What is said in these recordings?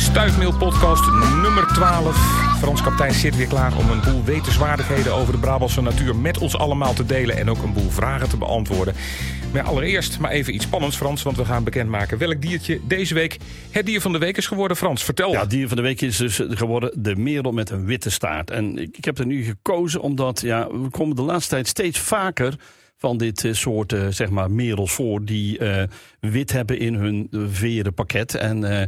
Stuifmeel-podcast nummer 12. Frans Kaptein zit weer klaar om een boel wetenswaardigheden over de Brabantse natuur met ons allemaal te delen en ook een boel vragen te beantwoorden. Maar allereerst maar even iets spannends, Frans, want we gaan bekendmaken welk diertje deze week het dier van de week is geworden. Frans, vertel. Ja, het dier van de week is dus geworden de merel met een witte staart. En ik heb er nu gekozen omdat we komen de laatste tijd steeds vaker van dit soort merels voor die wit hebben in hun verenpakket. En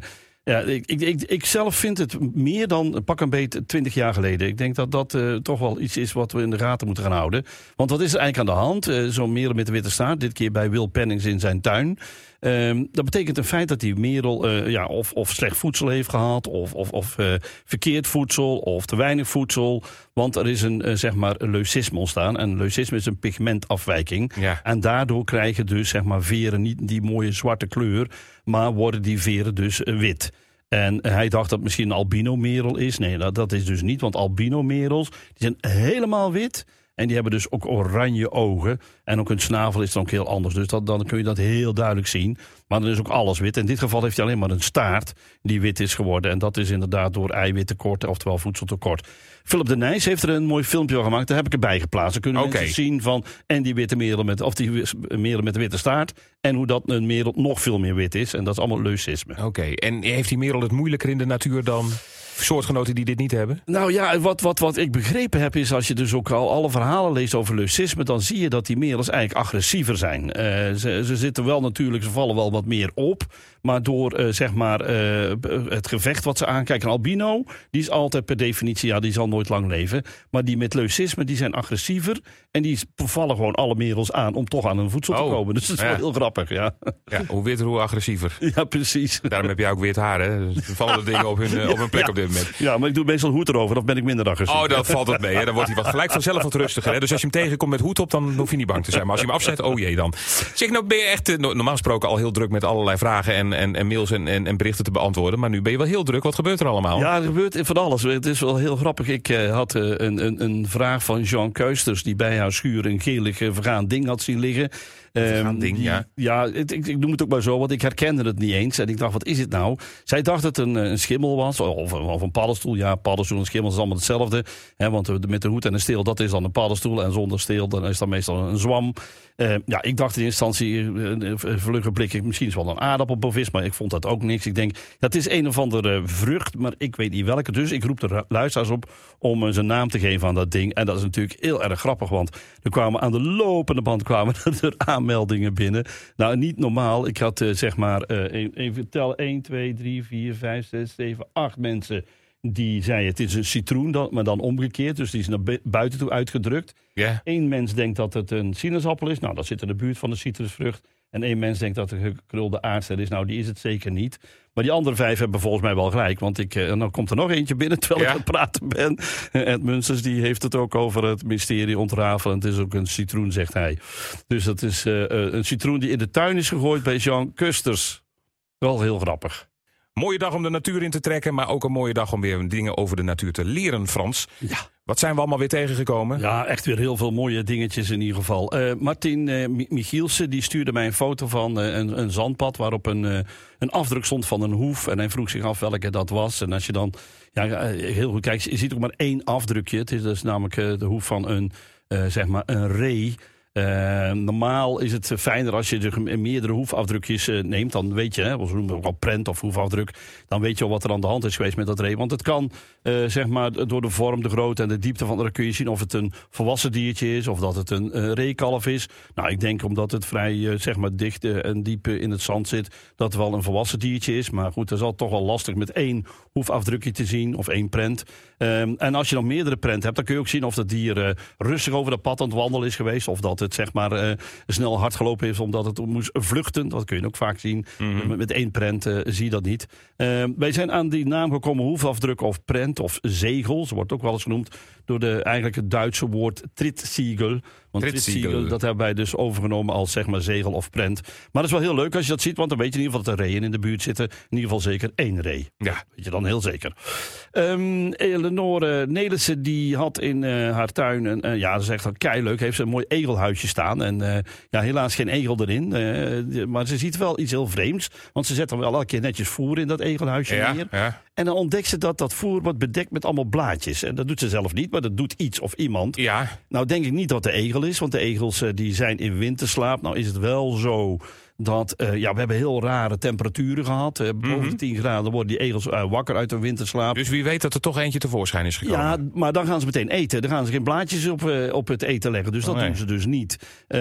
ik zelf vind het meer dan pak een beet 20 jaar geleden. Ik denk dat dat toch wel iets is wat we in de gaten moeten gaan houden. Want wat is er eigenlijk aan de hand? Zo'n merel met een witte staart, dit keer bij Will Pennings in zijn tuin. Dat betekent in feite dat die merel of slecht voedsel heeft gehad, of verkeerd voedsel, of te weinig voedsel. Want er is een leucisme ontstaan. En leucisme is een pigmentafwijking. Ja. En daardoor krijgen dus veren niet die mooie zwarte kleur, maar worden die veren dus wit. En hij dacht dat het misschien een albino-merel is. Nee, dat is dus niet, want albino-merels die zijn helemaal wit. En die hebben dus ook oranje ogen. En ook hun snavel is dan ook heel anders. Dus dan kun je dat heel duidelijk zien. Maar dan is ook alles wit. In dit geval heeft hij alleen maar een staart die wit is geworden. En dat is inderdaad door eiwittekort, oftewel voedseltekort. Philip de Nijs heeft er een mooi filmpje van gemaakt. Daar heb ik erbij geplaatst. Dan kunnen mensen zien van en die witte merel die merel met de witte staart. En hoe dat een merel nog veel meer wit is. En dat is allemaal leucisme. Oké. En heeft die merel het moeilijker in de natuur dan soortgenoten die dit niet hebben? Nou ja, wat ik begrepen heb is, als je dus ook al alle verhalen leest over leucisme, dan zie je dat die merels eigenlijk agressiever zijn. Ze zitten wel natuurlijk, ze vallen wel wat meer op. Maar door het gevecht wat ze aankijken. Een albino, die is altijd per definitie, die zal nooit lang leven. Maar die met leucisme, die zijn agressiever. En die vallen gewoon alle merels aan om toch aan hun voedsel te komen. Dus dat is wel heel grappig, ja. Hoe witter, hoe agressiever. Ja, precies. Daarom heb jij ook wit haar, hè? Dus vallen de dingen op hun plek op dit moment. Ja, maar ik doe meestal hoed erover, dan ben ik minder agressief. Oh, dan valt het mee, hè? Dan wordt hij gelijk vanzelf wat rustiger, hè? Dus als je hem tegenkomt met hoed op, dan hoef je niet bang te zijn. Maar als je hem afzet, oh jee dan. Zeg, nou ben je echt normaal gesproken al heel druk met allerlei vragen en mails en berichten te beantwoorden. Maar nu ben je wel heel druk. Wat gebeurt er allemaal? Ja, er gebeurt van alles. Het is wel heel grappig. Ik had een vraag van Jean Keusters, die bij haar schuur een gelig vergaan ding had zien liggen. Ik noem het ook maar zo, want ik herkende het niet eens. En ik dacht, wat is het nou? Zij dacht dat het een schimmel was, of een paddenstoel. Ja, paddenstoel en schimmel is allemaal hetzelfde. Hè, want met de hoed en een steel, dat is dan een paddenstoel. En zonder steel, dan is dat meestal een zwam. Ik dacht in eerste instantie, een vlugge blik, misschien is wel een aardappelbovis, maar ik vond dat ook niks. Ik denk, dat is een of andere vrucht, maar ik weet niet welke. Dus ik roep de luisteraars op om zijn naam te geven aan dat ding. En dat is natuurlijk heel erg grappig, want er kwamen aan de lopende band er aanmeldingen binnen. Nou, niet normaal. Ik had even tellen, 1, 2, 3, 4, 5, 6, 7, 8 mensen die zeiden het is een citroen, maar dan omgekeerd. Dus die is naar buiten toe uitgedrukt. Yeah. 1 mens denkt dat het een sinaasappel is. Nou, dat zit in de buurt van de citrusvrucht. En 1 mens denkt dat het een gekrulde aardster is. Nou, die is het zeker niet. Maar die andere 5 hebben volgens mij wel gelijk. Want dan komt er nog eentje binnen terwijl ik aan het praten ben. Ed Munsters die heeft het ook over het mysterie ontrafelen. Het is ook een citroen, zegt hij. Dus dat is een citroen die in de tuin is gegooid bij Jean Keusters. Wel heel grappig. Mooie dag om de natuur in te trekken, maar ook een mooie dag om weer dingen over de natuur te leren, Frans. Ja. Wat zijn we allemaal weer tegengekomen? Ja, echt weer heel veel mooie dingetjes in ieder geval. Martin Michielsen die stuurde mij een foto van een zandpad waarop een afdruk stond van een hoef. En hij vroeg zich af welke dat was. En als je dan heel goed kijkt, je ziet ook maar 1 afdrukje. Het is dus namelijk de hoef van een ree. Normaal is het fijner als je meerdere hoefafdrukjes neemt. Dan weet je, we noemen het ook wel prent of hoefafdruk. Dan weet je al wat er aan de hand is geweest met dat ree. Want het kan, door de vorm, de grootte en de diepte van dan kun je zien of het een volwassen diertje is of dat het een reekalf is. Nou, ik denk omdat het vrij dicht en diep in het zand zit, dat het wel een volwassen diertje is. Maar goed, dat is altijd toch wel lastig met 1 hoefafdrukje te zien of 1 prent. En als je dan meerdere prenten hebt, dan kun je ook zien of dat dier rustig over dat pad aan het wandelen is geweest. Of dat het snel hard gelopen is omdat het moest vluchten. Dat kun je ook vaak zien. Mm-hmm. Met 1 prent zie je dat niet. Wij zijn aan die naam gekomen hoefafdruk of prent of zegel. Ze wordt ook wel eens genoemd door eigenlijk het Duitse woord Trittsiegel. Want Trittsiegel, dat hebben wij dus overgenomen als zeg maar zegel of prent. Maar dat is wel heel leuk als je dat ziet, want dan weet je in ieder geval dat er reeën in de buurt zitten. In ieder geval zeker 1 ree. Ja. Weet je dan heel zeker. Eleonore Nelissen die had in haar tuin, dat is echt keileuk, heeft ze een mooi egelhuisje staan. En helaas geen egel erin. Maar ze ziet wel iets heel vreemds. Want ze zet dan wel elke keer netjes voer in dat egelhuisje neer. Ja. En dan ontdekt ze dat voer wordt bedekt met allemaal blaadjes. En dat doet ze zelf niet, maar dat doet iets of iemand. Ja. Nou denk ik niet dat de egel is, want de egels die zijn in winterslaap. Nou is het wel zo dat we hebben heel rare temperaturen gehad. Boven de 10 graden worden die egels wakker uit hun winterslaap. Dus wie weet dat er toch eentje tevoorschijn is gekomen. Ja, maar dan gaan ze meteen eten. Dan gaan ze geen blaadjes op het eten leggen. Dus dat doen ze dus niet.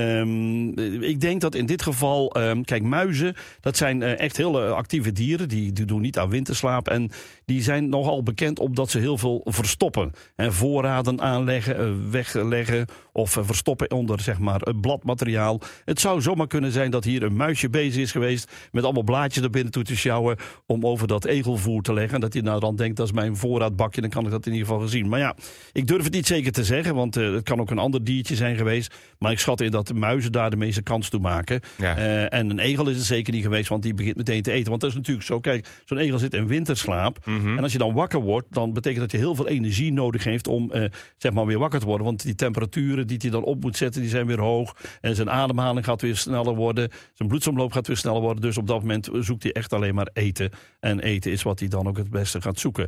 Ik denk dat in dit geval... kijk, muizen, dat zijn echt heel actieve dieren. Die doen niet aan winterslaap. En die zijn nogal bekend omdat ze heel veel verstoppen. En voorraden aanleggen, wegleggen of verstoppen onder zeg maar bladmateriaal. Het zou zomaar kunnen zijn dat hier een muisje bezig is geweest met allemaal blaadjes naar binnen toe te sjouwen om over dat egelvoer te leggen. En dat hij nou dan denkt, dat is mijn voorraadbakje, dan kan ik dat in ieder geval gezien. Maar ja, ik durf het niet zeker te zeggen, want het kan ook een ander diertje zijn geweest. Maar ik schat in dat de muizen daar de meeste kans toe maken. Ja. En een egel is het zeker niet geweest, want die begint meteen te eten. Want dat is natuurlijk zo, kijk, zo'n egel zit in winterslaap. En als je dan wakker wordt, dan betekent dat je heel veel energie nodig heeft om zeg maar weer wakker te worden. Want die temperaturen die hij dan op moet zetten, die zijn weer hoog. En zijn ademhaling gaat weer sneller worden. Zijn bloedsomloop gaat weer sneller worden. Dus op dat moment zoekt hij echt alleen maar eten. En eten is wat hij dan ook het beste gaat zoeken.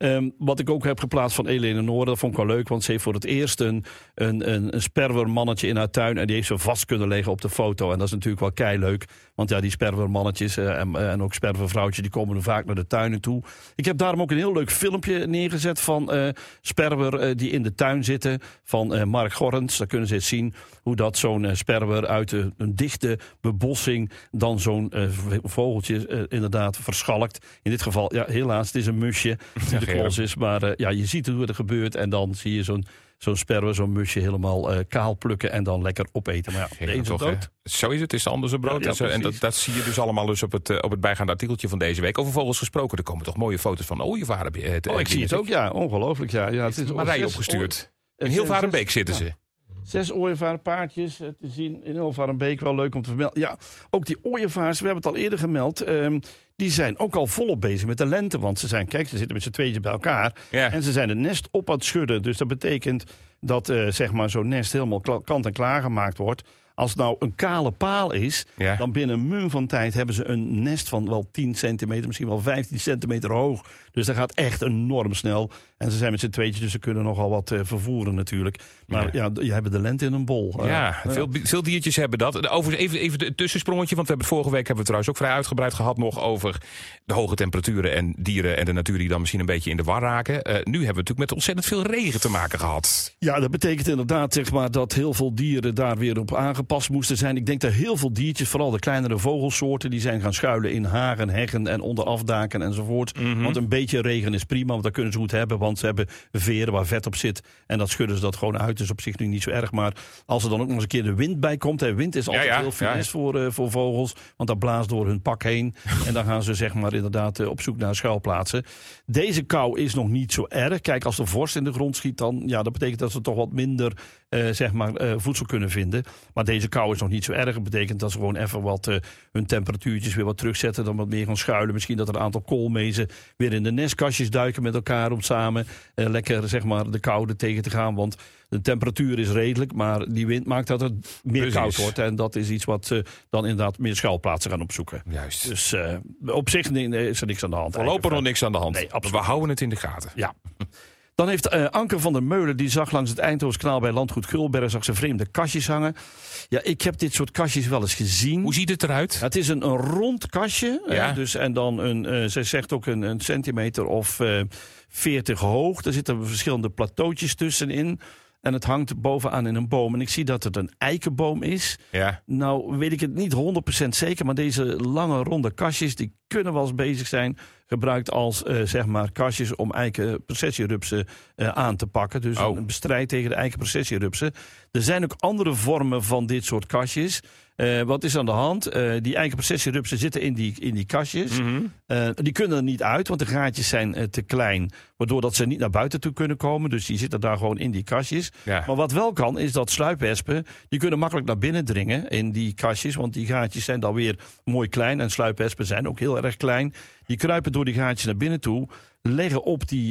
Wat ik ook heb geplaatst van Eleonore, dat vond ik wel leuk. Want ze heeft voor het eerst een sperwermannetje in haar tuin. En die heeft ze vast kunnen leggen op de foto. En dat is natuurlijk wel keileuk. Want ja, die sperwermannetjes en ook sperwervrouwtjes, die komen er vaak naar de tuinen toe. Ik heb daarom ook een heel leuk filmpje neergezet van sperwer die in de tuin zitten. Van Mark Gorrens. Daar kunnen ze eens zien hoe dat zo'n sperwer uit een dichte bebossing dan zo'n vogeltje inderdaad verschalkt. In dit geval, ja, helaas, het is een musje die de klos is. Maar je ziet hoe het gebeurt en dan zie je zo'n sperwer, zo'n musje helemaal kaal plukken en dan lekker opeten. Maar ja, de een is dood. Zo is het, is de ander zijn brood. Ja, en dat zie je dus allemaal dus op het bijgaande artikeltje van deze week. Over vogels gesproken, er komen toch mooie foto's van ooievaren. Ik zie het ook, ja. Ongelooflijk, ja. Het is Marije opgestuurd. In Hilvarenbeek zitten ze. 6 ooievaarpaardjes te zien in Hilvarenbeek. Wel leuk om te vermelden. Ja, ook die ooievaars, we hebben het al eerder gemeld. Die zijn ook al volop bezig met de lente. Want ze zitten met z'n tweeën bij elkaar. Ja. En ze zijn het nest op aan het schudden. Dus dat betekent dat zeg maar zo'n nest helemaal kant en klaar gemaakt wordt. Als het nou een kale paal is, dan binnen een mum van tijd hebben ze een nest van wel 10 centimeter, misschien wel 15 centimeter hoog. Dus dat gaat echt enorm snel. En ze zijn met z'n tweetjes, dus ze kunnen nogal wat vervoeren natuurlijk. Maar je hebt de lente in een bol. Veel diertjes hebben dat. Overigens even een tussensprongetje, want vorige week hebben we trouwens ook vrij uitgebreid gehad nog over de hoge temperaturen en dieren en de natuur die dan misschien een beetje in de war raken. Nu hebben we natuurlijk met ontzettend veel regen te maken gehad. Ja, dat betekent inderdaad zeg maar dat heel veel dieren daar weer op aangepast moesten zijn. Ik denk dat heel veel diertjes, vooral de kleinere vogelsoorten, die zijn gaan schuilen in hagen, heggen en onder afdaken enzovoort. Want een beetje regen is prima, want dat kunnen ze goed hebben, want ze hebben veren waar vet op zit en dat schudden ze dat gewoon uit. Dus op zich nu niet zo erg, maar als er dan ook nog eens een keer de wind bij komt, wind is altijd heel funest voor vogels, want dat blaast door hun pak heen en dan gaan ze zeg maar inderdaad op zoek naar schuilplaatsen. Deze kou is nog niet zo erg. Kijk, als de vorst in de grond schiet, dan dat betekent dat ze toch wat minder voedsel kunnen vinden. Maar deze kou is nog niet zo erg. Dat betekent dat ze gewoon even wat hun temperatuurtjes weer wat terugzetten, dan wat meer gaan schuilen. Misschien dat er een aantal koolmezen weer in de nestkastjes duiken met elkaar om samen lekker zeg maar de koude tegen te gaan. Want de temperatuur is redelijk, maar die wind maakt dat het meer koud wordt. En dat is iets wat ze dan inderdaad meer schuilplaatsen gaan opzoeken. Juist. Dus op zich is er niks aan de hand. Voorlopig nog niks aan de hand. Nee, absoluut. We houden het in de gaten. Ja. Dan heeft Anke van der Meulen, die zag langs het Eindhovenskanaal bij Landgoed Gulberg, zag ze vreemde kastjes hangen. Ja, ik heb dit soort kastjes wel eens gezien. Hoe ziet het eruit? Ja, het is een rond kastje. Ja. Dus, en dan zij zegt ook een centimeter of 40 hoog. Er zitten verschillende plateautjes tussenin. En het hangt bovenaan in een boom. En ik zie dat het een eikenboom is. Ja. Nou weet ik het niet 100% zeker. Maar deze lange ronde kastjes, die kunnen wel eens bezig zijn. Gebruikt als zeg maar kastjes om eikenprocessierupsen aan te pakken. Dus een bestrijd tegen de eikenprocessierupsen. Er zijn ook andere vormen van dit soort kastjes. Wat is aan de hand? Die eikenprocessierupsen zitten in die kastjes. Mm-hmm. Die kunnen er niet uit, want de gaatjes zijn te klein. Waardoor dat ze niet naar buiten toe kunnen komen. Dus die zitten daar gewoon in die kastjes. Ja. Maar wat wel kan, is dat sluipwespen... die kunnen makkelijk naar binnen dringen in die kastjes. Want die gaatjes zijn dan weer mooi klein. En sluipwespen zijn ook heel erg klein. Die kruipen door die gaatjes naar binnen toe... leggen op die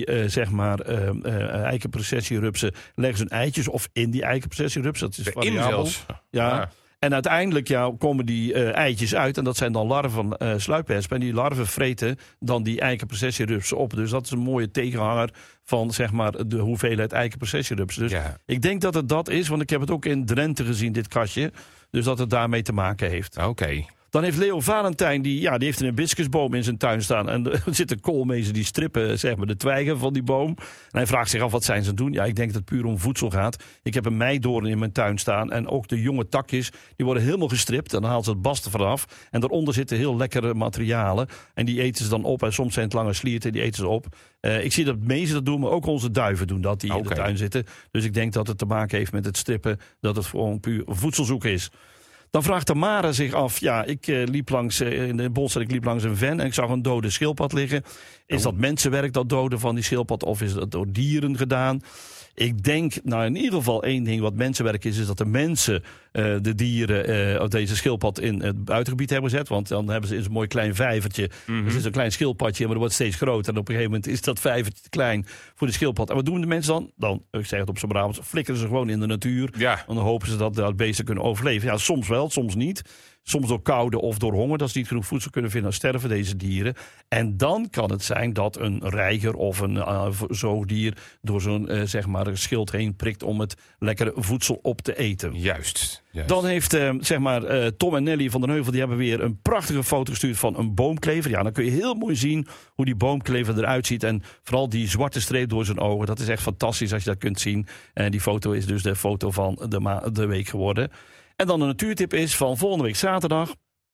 eikenprocessierupsen... leggen ze hun eitjes of in die eikenprocessierupsen. Dat is variabel. Ja. En uiteindelijk komen die eitjes uit. En dat zijn dan larven van sluipwespen. En die larven vreten dan die eikenprocessierupsen op. Dus dat is een mooie tegenhanger van zeg maar de hoeveelheid eikenprocessierupsen. Dus ik denk dat het dat is. Want ik heb het ook in Drenthe gezien, dit kastje. Dus dat het daarmee te maken heeft. Oké. Dan heeft Leo Valentijn, die heeft een hibiscusboom in zijn tuin staan. En er zitten koolmezen die strippen zeg maar, de twijgen van die boom. En hij vraagt zich af, wat zijn ze aan het doen? Ja, ik denk dat het puur om voedsel gaat. Ik heb een meidoorn in mijn tuin staan. En ook de jonge takjes, die worden helemaal gestript. En dan haalt ze het bast ervan af. En daaronder zitten heel lekkere materialen. En die eten ze dan op. En soms zijn het lange slierten, die eten ze op. Ik zie dat mezen dat doen, maar ook onze duiven doen dat, die in de tuin zitten. Dus ik denk dat het te maken heeft met het strippen. Dat het gewoon puur voedselzoek is. Dan vraagt Tamara zich af, ik liep langs in de bos en ik liep langs een ven en ik zag een dode schildpad liggen. Is dat mensenwerk, dat doden van die schildpad, of is dat door dieren gedaan? Ik denk, in ieder geval één ding wat mensenwerk is dat de mensen de dieren of deze schildpad in het buitengebied hebben gezet. Want dan hebben ze in zo'n mooi klein vijvertje. Mm-hmm. Er is een klein schildpadje, maar dat wordt steeds groter. En op een gegeven moment is dat vijvertje te klein voor de schildpad. En wat doen de mensen dan? Dan, ik zeg het op z'n Brabants, flikkeren ze gewoon in de natuur. Ja. En dan hopen ze dat beesten kunnen overleven. Ja, soms wel, soms niet. Soms door koude of door honger, dat ze niet genoeg voedsel kunnen vinden, dan sterven deze dieren. En dan kan het zijn dat een reiger of een zoogdier door zo'n schild heen prikt om het lekkere voedsel op te eten. Juist. Dan heeft Tom en Nelly van den Heuvel, die hebben weer een prachtige foto gestuurd van een boomklever. Ja, dan kun je heel mooi zien hoe die boomklever eruit ziet. En vooral die zwarte streep door zijn ogen, dat is echt fantastisch als je dat kunt zien. En die foto is dus de foto van de week geworden. En dan de natuurtip is van volgende week zaterdag,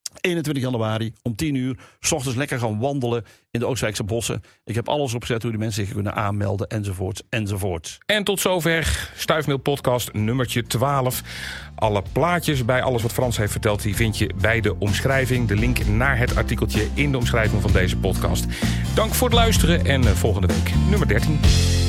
21 januari, om 10 uur. 's Ochtends lekker gaan wandelen in de Oostwijkse bossen. Ik heb alles opgezet hoe de mensen zich kunnen aanmelden, enzovoorts. En tot zover Stuifmeel podcast nummertje 12. Alle plaatjes bij alles wat Frans heeft verteld, die vind je bij de omschrijving. De link naar het artikeltje in de omschrijving van deze podcast. Dank voor het luisteren en volgende week nummer 13.